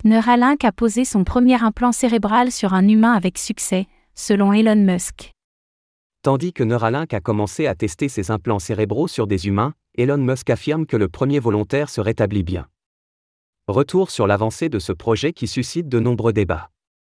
Neuralink a posé son premier implant cérébral sur un humain avec succès, selon Elon Musk. Tandis que Neuralink a commencé à tester ses implants cérébraux sur des humains, Elon Musk affirme que le premier volontaire se rétablit bien. Retour sur l'avancée de ce projet qui suscite de nombreux débats.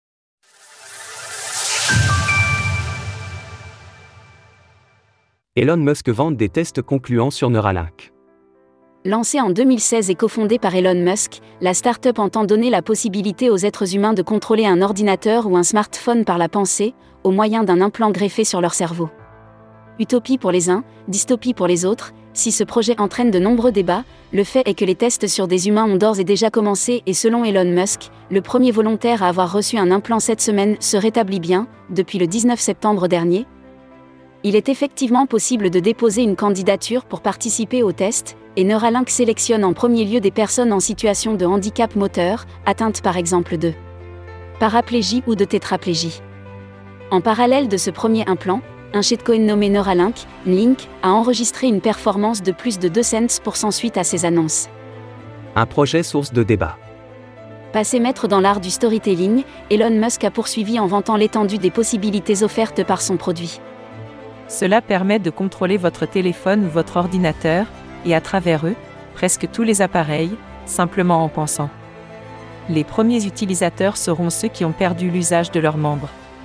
Elon Musk vante des tests concluants sur Neuralink. Lancée en 2016 et cofondée par Elon Musk, la start-up entend donner la possibilité aux êtres humains de contrôler un ordinateur ou un smartphone par la pensée, au moyen d'un implant greffé sur leur cerveau. Utopie pour les uns, dystopie pour les autres, si ce projet entraîne de nombreux débats, le fait est que les tests sur des humains ont d'ores et déjà commencé et selon Elon Musk, le premier volontaire à avoir reçu un implant cette semaine se rétablit bien, depuis le 19 septembre dernier. Il est effectivement possible de déposer une candidature pour participer au test, et Neuralink sélectionne en premier lieu des personnes en situation de handicap moteur, atteintes par exemple de paraplégie ou de tétraplégie. En parallèle de ce premier implant, un shitcoin nommé Neuralink, Link, a enregistré une performance de plus de 2 cents pour cent suite à ces annonces. Un projet source de débat. Passé maître dans l'art du storytelling, Elon Musk a poursuivi en vantant l'étendue des possibilités offertes par son produit. Cela permet de contrôler votre téléphone ou votre ordinateur, et à travers eux, presque tous les appareils, simplement en pensant. Les premiers utilisateurs seront ceux qui ont perdu l'usage de leurs membres.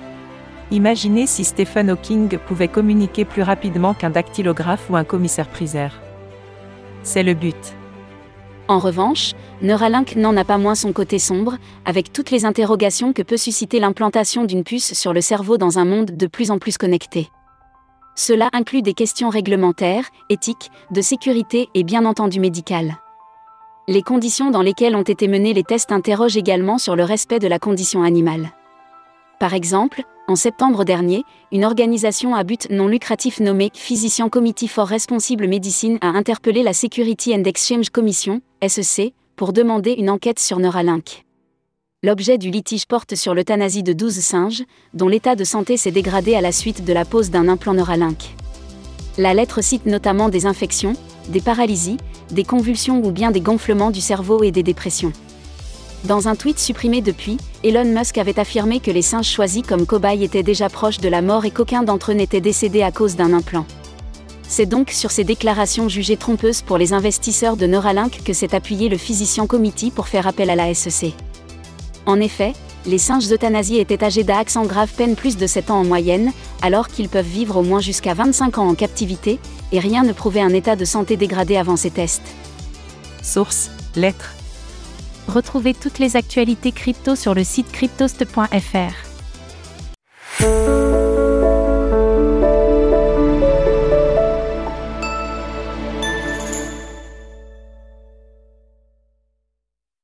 Imaginez si Stephen Hawking pouvait communiquer plus rapidement qu'un dactylographe ou un commissaire-priseur. C'est le but. En revanche, Neuralink n'en a pas moins son côté sombre, avec toutes les interrogations que peut susciter l'implantation d'une puce sur le cerveau dans un monde de plus en plus connecté. Cela inclut des questions réglementaires, éthiques, de sécurité et bien entendu médicales. Les conditions dans lesquelles ont été menés les tests interrogent également sur le respect de la condition animale. Par exemple, en septembre dernier, une organisation à but non lucratif nommée Physician Committee for Responsible Medicine a interpellé la Security and Exchange Commission, SEC, pour demander une enquête sur Neuralink. L'objet du litige porte sur l'euthanasie de 12 singes, dont l'état de santé s'est dégradé à la suite de la pose d'un implant Neuralink. La lettre cite notamment des infections, des paralysies, des convulsions ou bien des gonflements du cerveau et des dépressions. Dans un tweet supprimé depuis, Elon Musk avait affirmé que les singes choisis comme cobayes étaient déjà proches de la mort et qu'aucun d'entre eux n'était décédé à cause d'un implant. C'est donc sur ces déclarations jugées trompeuses pour les investisseurs de Neuralink que s'est appuyé le Physician Committee pour faire appel à la SEC. En effet, les singes euthanasiés étaient âgés d'accent grave peine plus de 7 ans en moyenne, alors qu'ils peuvent vivre au moins jusqu'à 25 ans en captivité, et rien ne prouvait un état de santé dégradé avant ces tests. Source, lettres. Retrouvez toutes les actualités crypto sur le site cryptost.fr.